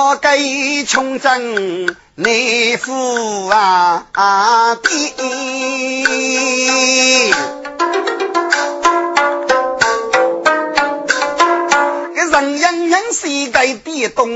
我给穷争内富啊地，个人人世界地动，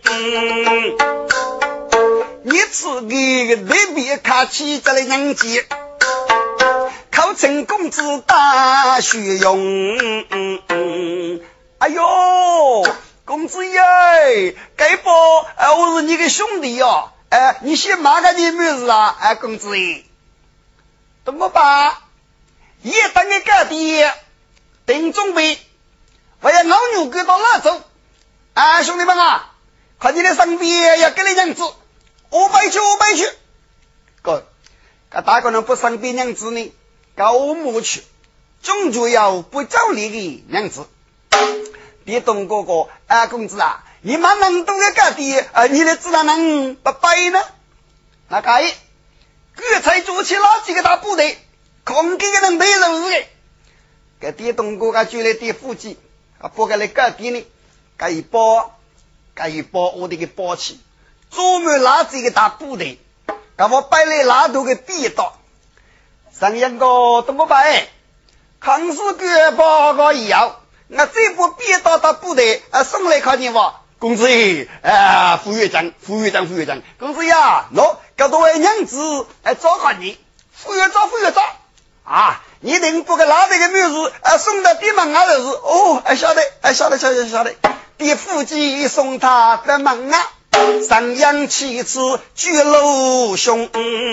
你自己特别看起这类人杰，考成公子大学用，哎呦，公子耶，该不我是你的兄弟哦，你先骂个你名字啊，公子耶，怎么办？也等你个爹等准备，我要老牛给到哪走？兄弟们啊，快点来上边要给你娘子500去，哥，大个人不上边娘子呢，高木去，终究要不找你的娘子。别动哥哥公子啊，你蛮能动个个的你的自然能不白呢？那个各才做起哪几个大部队，空给个人没肉的，给别动哥哥就来点腹肌不给来个的呢，该一包我的个包起，专门拿这个大部队，给我摆来拉头个逼道，上一个怎么办？康师哥报告以后。那这部憋到的部队送来看见我公子副院长公子呀，搞多位娘子找看你副院长你能不给拿这个名字送到地门就是晓得地夫妻送他的门啊，上扬其次巨楼兄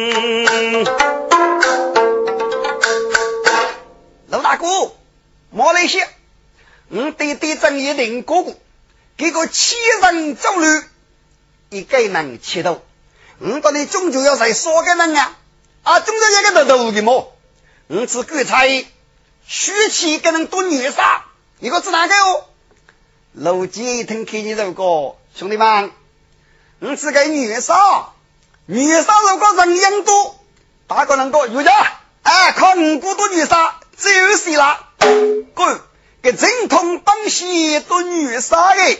老大哥莫来些对正一定哥哥给个7人走路一个人切头到你终究要在说个人终究一个头的么是个才虚气跟人蹲女杀一个是哪个老姐听看你这个兄弟们是个女杀如果人样多大个人个有家看5个多女杀只有死了滚给正统帮西都女杀的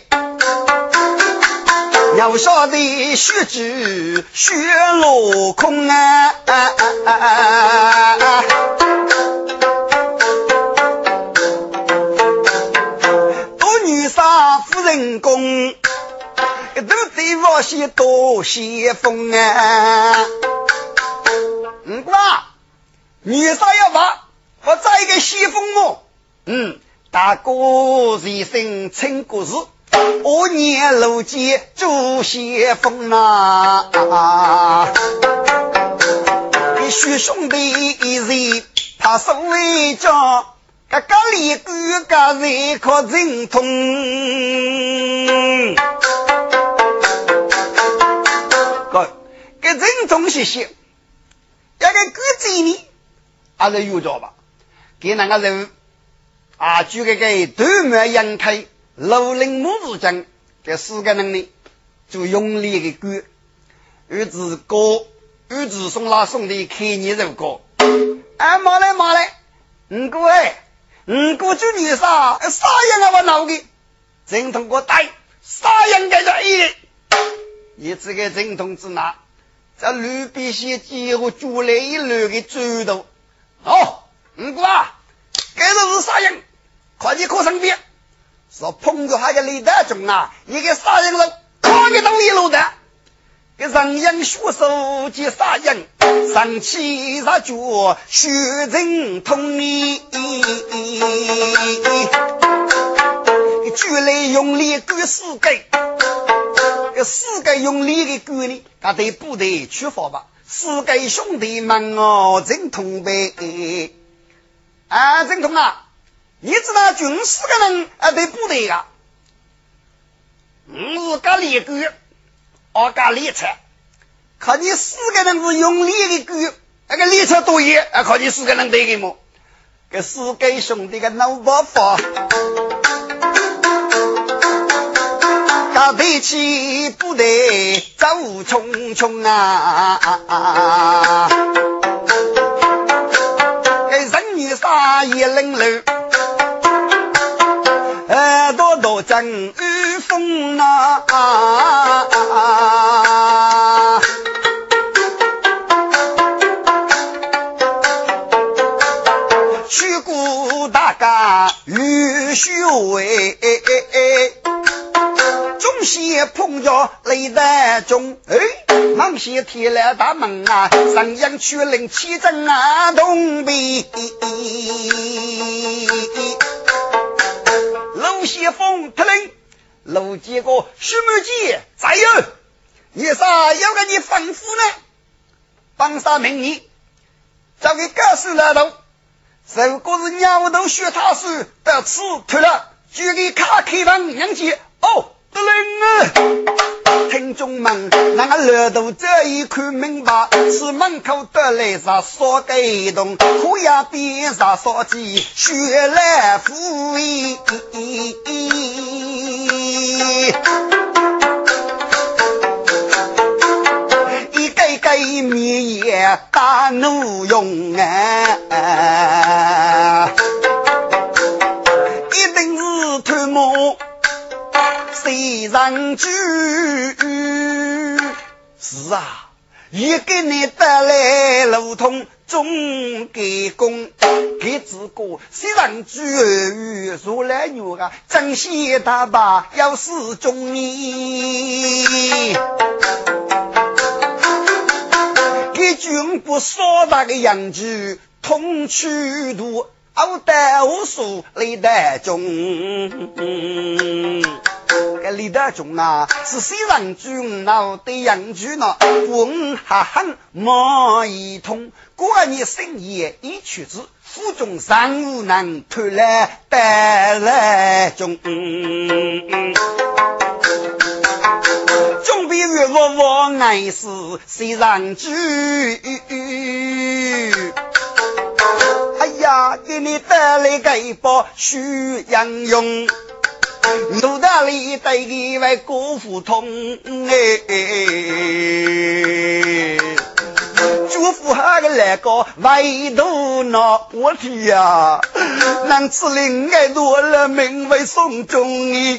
要说的血脂血落空都女杀夫人公都对我些多些风女杀要把我再一个西风大哥一生称故事5年楼街朱邪风必须兄弟一人他所谓叫个里个个人可认同个认同些些要个个子呢还是有着吧给那个人就个对面阳开楼林母子讲这4个人呢就用力的歌儿子送拉送的看你这个马来五个就女杀样我脑的正统国带啥样的这一也这个正统之拿这吕必须几乎煮了一轮的猪头该都是啥样快点课上边说碰着还个李大中一个啥样人看个都一路的个人样学手及啥样上气杀脚血人通你举来用力割4个4个用力的割呢他得不得去法吧4个兄弟们真通呗真通你知道军4个人得不得是个列割个列车看你4个人是用力的割那个列车多也看你4个人得给么个4个兄弟个脑包法他对起不得走匆匆给人女杀也冷冷多多在人风啊，去过大家与虚伪，中西碰着雷的中，忙些提了大门啊，上阳去领七阵啊，东北楼些风特令楼结果什么节再有你啥要给你吩咐呢？帮啥名义交给告诉了都如果是鸟都学他是的吃退了举给卡开放杨姐哦得令啊听众们那个热度这一看明白是门口的来啥说给动虎牙边啥说鸡学来福一个个米也大怒用啊一定是推磨谁让居是啊也给你带来路通中给公给自个谁让居如来女啊珍惜他吧要是中你给军不说那个样子通去路奥德无数雷德中个雷德中啊是谁让军闹的样子呢文哈汉莫一通过你生意一曲子府中三无难推来带来中总比如我爱是谁让居哎呀给你带来个一包需养用路大里带一位国富通祝福他个那个外头呢我的呀能吃另外多了名为送中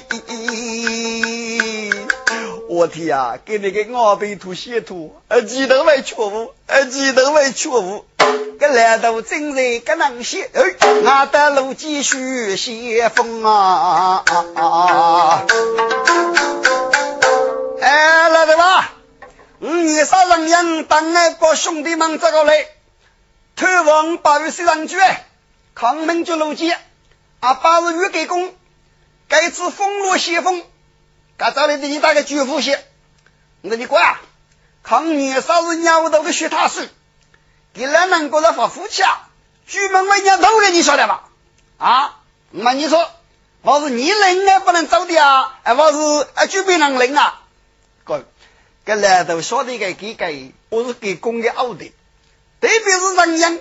我的呀给你个我被吐血吐记得为错误记得为错误个来头真是个能写我的路继续写风啊来的吧你啥人样当那个兄弟们这个来推往8月4日抗命就路基8日月给公该次风落写风该找来的你大概绝不写我跟你说啊抗你啥人鸟都个学他是给人能够来发福气啊居门为娘都给你说的吧那你说我是你领不能走的我是居民能领各个来头说的给我是给公的奥的特别是人样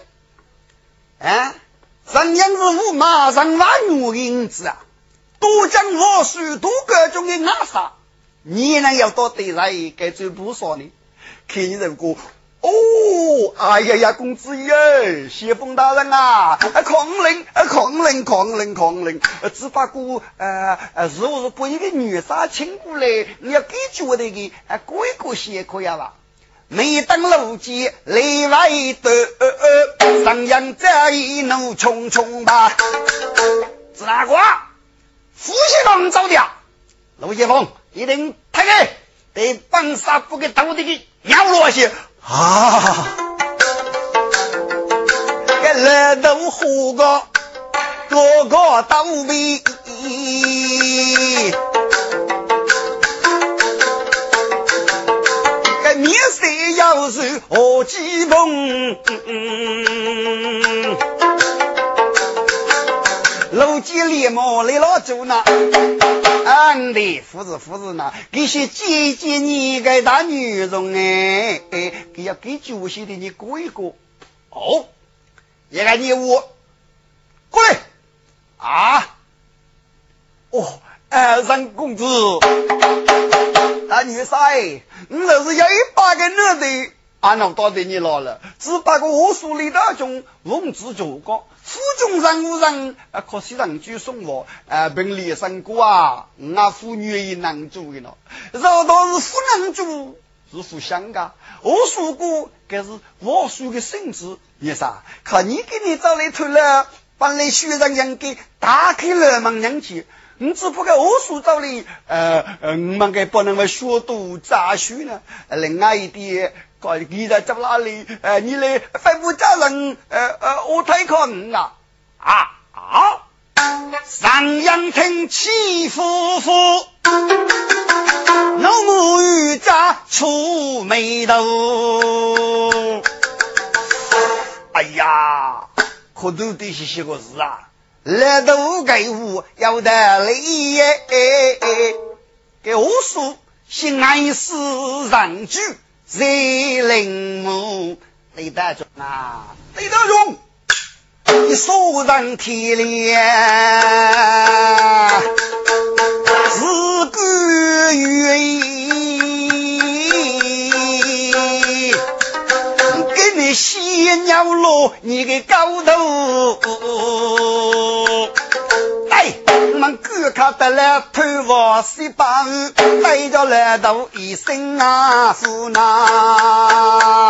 人样是无马上挖牛银子都将我属都各种的阿萨你能要多对来给最不说呢看你这个哎呀公子爷谢峰大人狂灵只不过如果是把一个女杀请过来你要给我的个过一个些可以吧每当路基内外的上扬这一怒冲冲吧是哪个夫妻帮走掉陆杰峰一定太给得帮杀不给到的个要落些个来都虎个个倒闭个面色要是何其梦楼基里毛来老走呢安的夫子呢给些姐姐你个大女人给要给酒席的你过一过也该你我过来让公子大女婿你这是有100个女的按照到底你老了只不过我属里的种文字做过夫中上无人可惜人居送我本里生过啊我妇女也能做的咯绕到是不能做是互相的我说过这是我说的性质也啥看你给你找来推了把那学生人给打开了门人去你只不过我说找你我们给不能学读杂学呢另外一点搞记得在哪里你来吩咐家人我太看啊上阳亭戚夫妇老母与家出眉头哎呀可都得是些个事啊来都给我要得理耶给我说是爱是人居谁领母李大中啊李大中你手上体脸自个愿意给你洗尿路你给高头哎我们哥看得了头发是把带着来到一身啊夫呐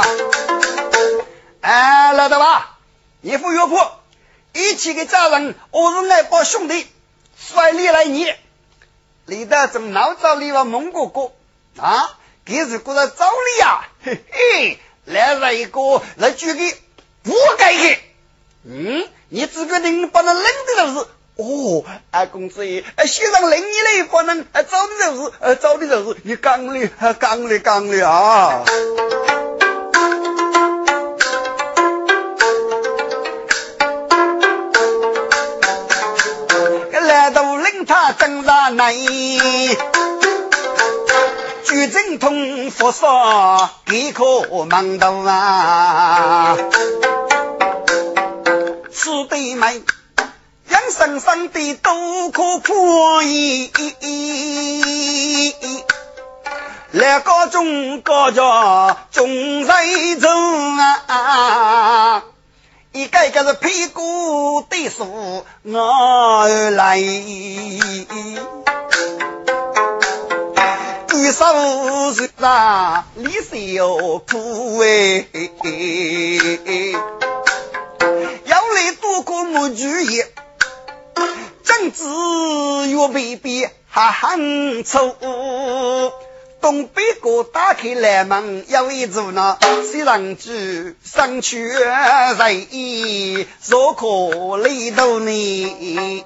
来的吧一副约破一起给家人我是爱帮兄弟率力来你李大正脑子里话蒙哥哥啊给是过来找你呀嘿嘿来了一个来举个不该给你这个人不能冷的都是公子爷先生领你来不能找的就是你刚里啊来到领他正大内举正统佛说给可忙到啊是对美养生生的都可破译来个中国家中在中啊一个个是屁股的数我来举手是那李小苦要来多过母主业政治又未必还很臭东北国打开来门有一组呢西人居上去在意若可累到你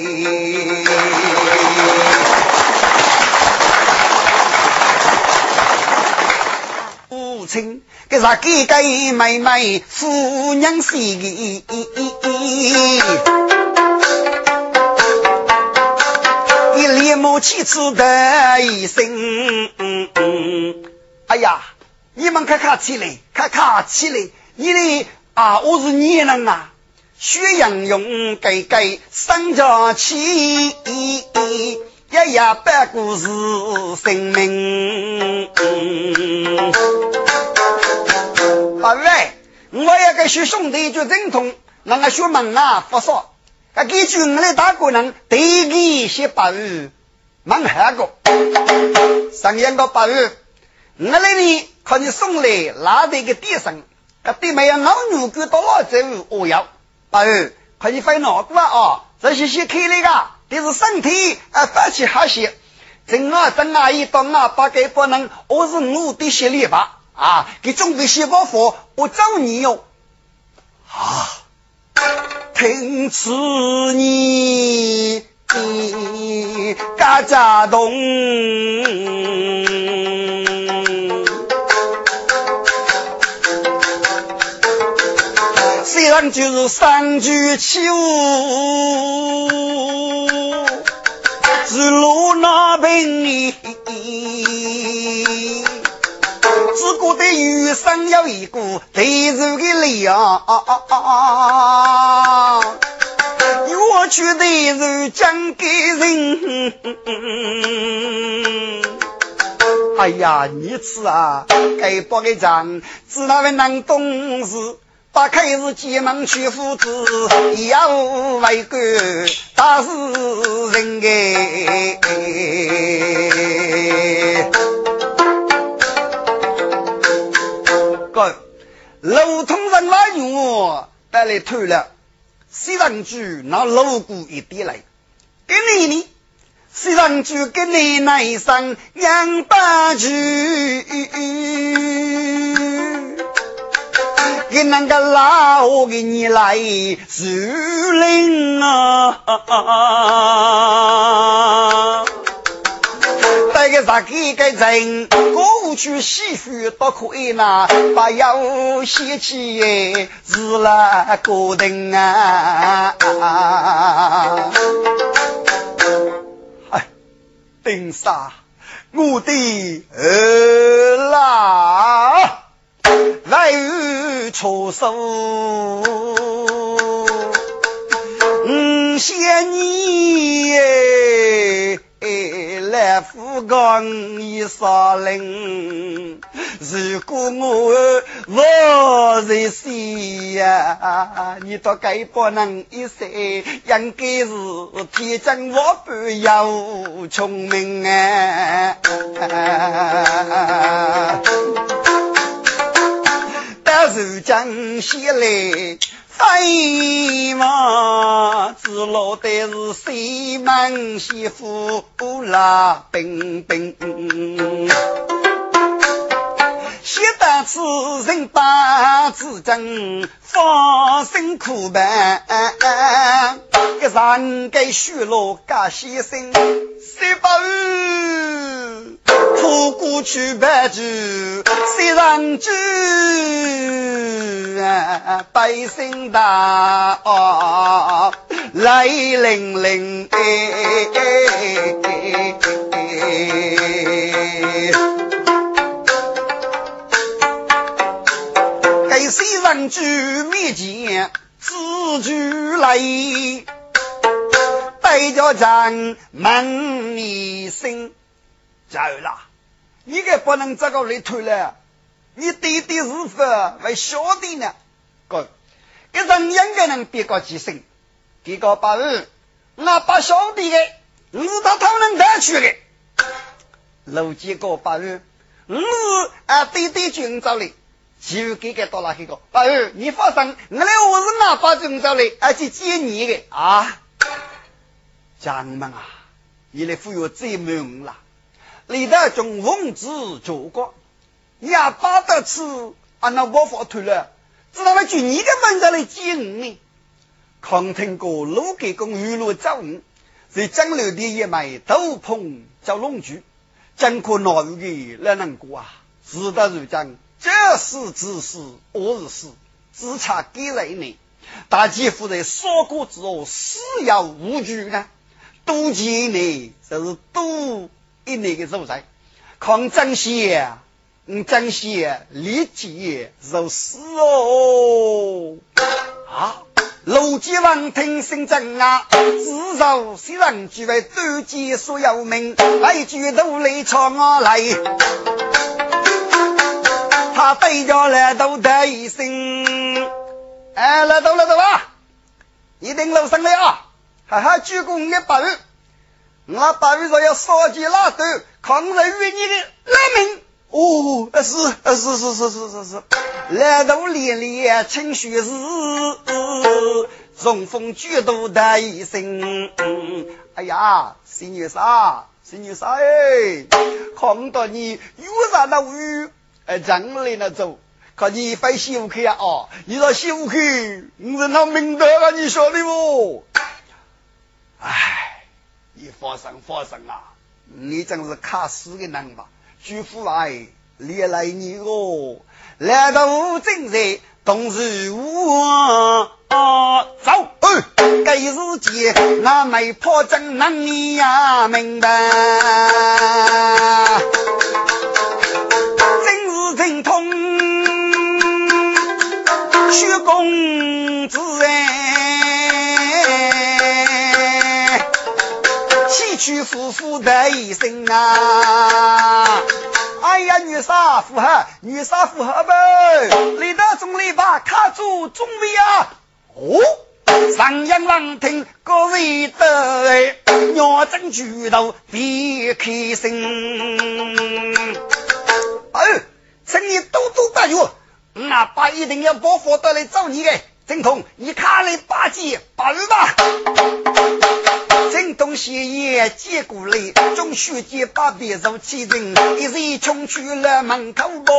父亲给他给妹妹妇娘洗脸目气质的一生哎呀你们看起来你的我是你人啊学养用改三家气呀白故事生命宝贝我要给学兄弟就认同让他学门啊不说给句我的大个人对一些保育蛮好个上一个保育我来你看你送来拉的一个地上对没有老女给到了这我要保育看你烦恼过这些开那个这是身体发起好些正一当把给不能我是我的些力吧给中的些包袱我找你哟听此你嘎家动虽然就是三句秋是路那边自古的余生有一股得入的力我去得入讲给人哎呀你吃该不给讲知道为能懂事打开是急忙去夫子，要为官大事人个路通人来用带来退了西上去拿楼骨一点来给你呢西上去给你那一上两把去给那个老给你来是灵啊带个啥给个人过去洗浴都可以拿把要洗起耶是了个人啊哎顶啥我的儿啦来与出手谢你耶来福冈一杀人如果我是谁呀你都该不能一些应该是天将我不要聪明啊但是将起来飞嘛只落的是西门媳妇啦冰冰写得此人把自证发生苦悲一人给许了个牺牲谁把出过去白住谁让住百姓大来零零给谁让住面前自主来带着咱门一声加油啦你给不能这个来推了你弟弟是否为小弟呢哥一人应该能别个几声这个把我把小弟的我是他能带去的老几个把我是弟弟军找的就给个到了这个把你发生我来我是哪把军找的而且接你的啊家人们啊你来富有这门了历代中文字做过你也把得吃那我发推了知道了就你个本在来接你康听过路给公娱乐造你在江流的也买斗篷叫龙菊真可恼的来能过啊是的如讲这是只是我是事只差给了你大姐夫在说过之后死要无惧呢都记呢就是都一那个肉在抗争些争些理解肉死哦啊楼基王听声正啊至少虽然只为对接所有名来句都来唱啊来他对着来都得一声来都啊一定楼上来啊哈哈鞠躬一百日我把日说要烧鸡拉豆抗人与你的来明哦是来都连连情绪是中风剧都的一声哎呀新女杀哎看到你有啥那鱼张来那走可你非西屋去啊你说西屋去你是那明白啊你说的不哎你发生啊你真是卡死的人吧居父来列来你哦来到正在同时我走该日节那没破证能你呀明白真是正通学公子崎岖夫妇的一生啊哎呀，女杀符合，女杀符合呗！李德总理把卡住中尉啊！哦，上阳王庭各位的鸟正举头别开心。哎，请你多多待遇，那爸一定要保护到来找你的。正统，你看来八戒八日吧。正统写业接过来，中学节把别手起人，一时冲去了门口喽。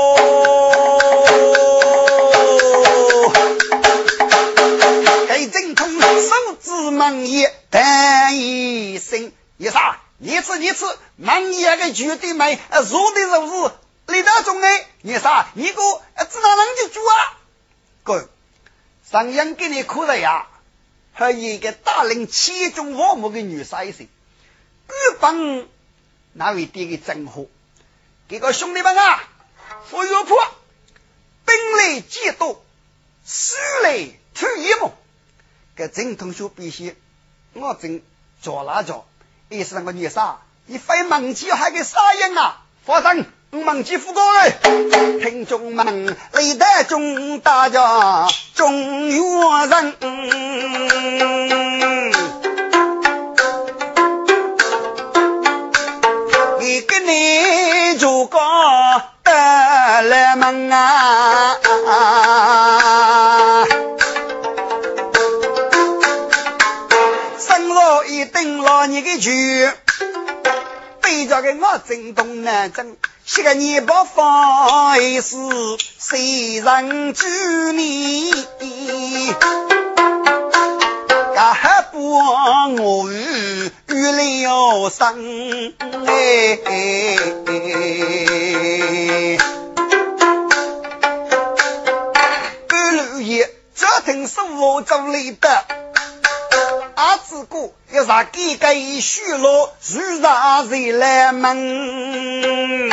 给正统手指门也等一声，一啥？你吃，门也个绝对没，说的就是李大忠哎，你啥？你个只能就住啊？哥。上阳给你哭的呀，还有一个大龄七中王母的女杀手，各帮那位爹的真好。这个兄弟们啊，扶摇坡，兵来节度，水来土一梦。给真同学必须，我真做那做，意思那个女杀，你非猛鸡还给杀人啊？发生。猛鸡副歌嘞，听众们，历代中大家中原人，一个你就个得了门啊！生活一定了你个句，背着个我真东南征。这个你不放是谁人知你？还不我与了生二六爷这听是我这里的阿子哥要啥给给许了如啥谁来问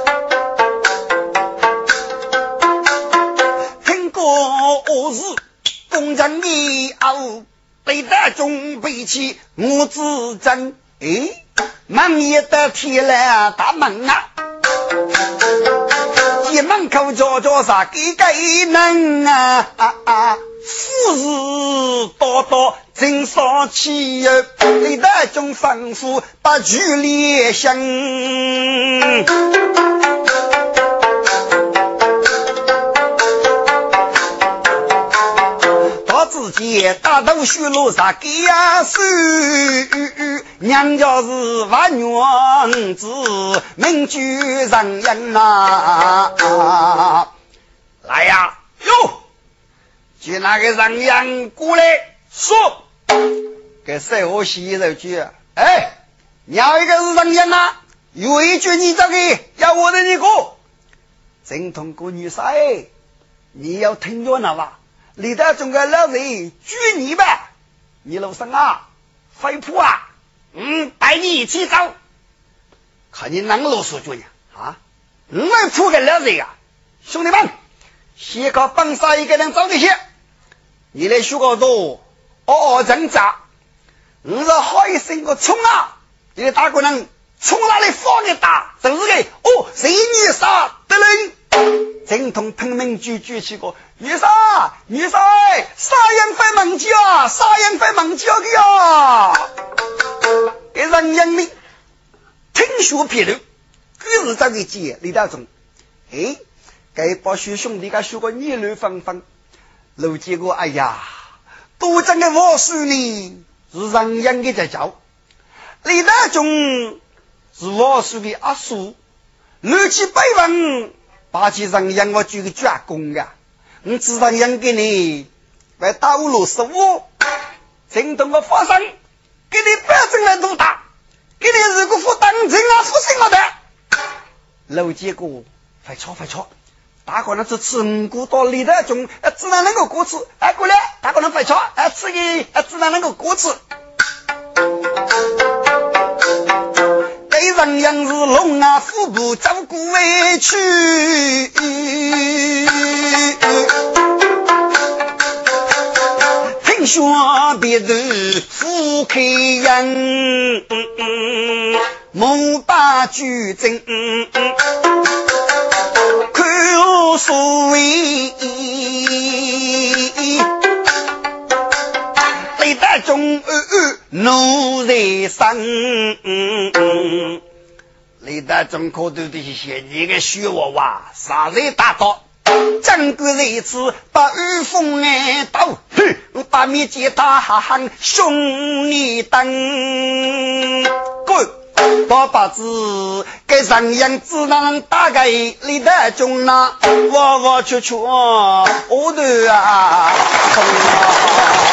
听过我是公正的傲被大众背弃我自珍门也得提了大门啊一门口叫啥给给能啊富士多多真少气哟你的种仿佛把距离相他自己大头虚路啥给呀是娘家是万元子名居人人啊来呀哟就那个人样过来说给谁我洗手去你要一个是人样啊有一句你这个要我的你过正统国女婿你要听着呢吧李大中国老人拘你吧你老生啊飞扑啊带你一起走看你能啰嗦住呢我扑个老人啊兄弟们先靠帮杀一个人走这些你来学个多挣扎我说好一声个冲啊你打个人冲哪里放给打就是个谁女杀的人正统拼命举起个女杀杀人非猛鸡啊杀人非猛鸡啊给人人民听说别人可是这个节李大忠给把学兄弟个学个议论纷纷老结果哎呀都真的我说呢是人人的在教李大忠是我说的阿叔六七百万把起人人我举个抓工啊你知道人给你来打五路十五正当我发生给你百姓来都打给你如果负担真啊负心我的老结果快错打可能是吃五谷到里的种只能够过吃过来打可能快错吃个只能够过吃给人样是龙啊腹部照顾委屈听说别人富开人莫把举证看所谓历代中怒在生历代中可都的些你个虚我哇啥人大道整个日子把雨风哎刀把面接大喊兄弟等滚爸爸子给上样子能大概历代中那我去我的啊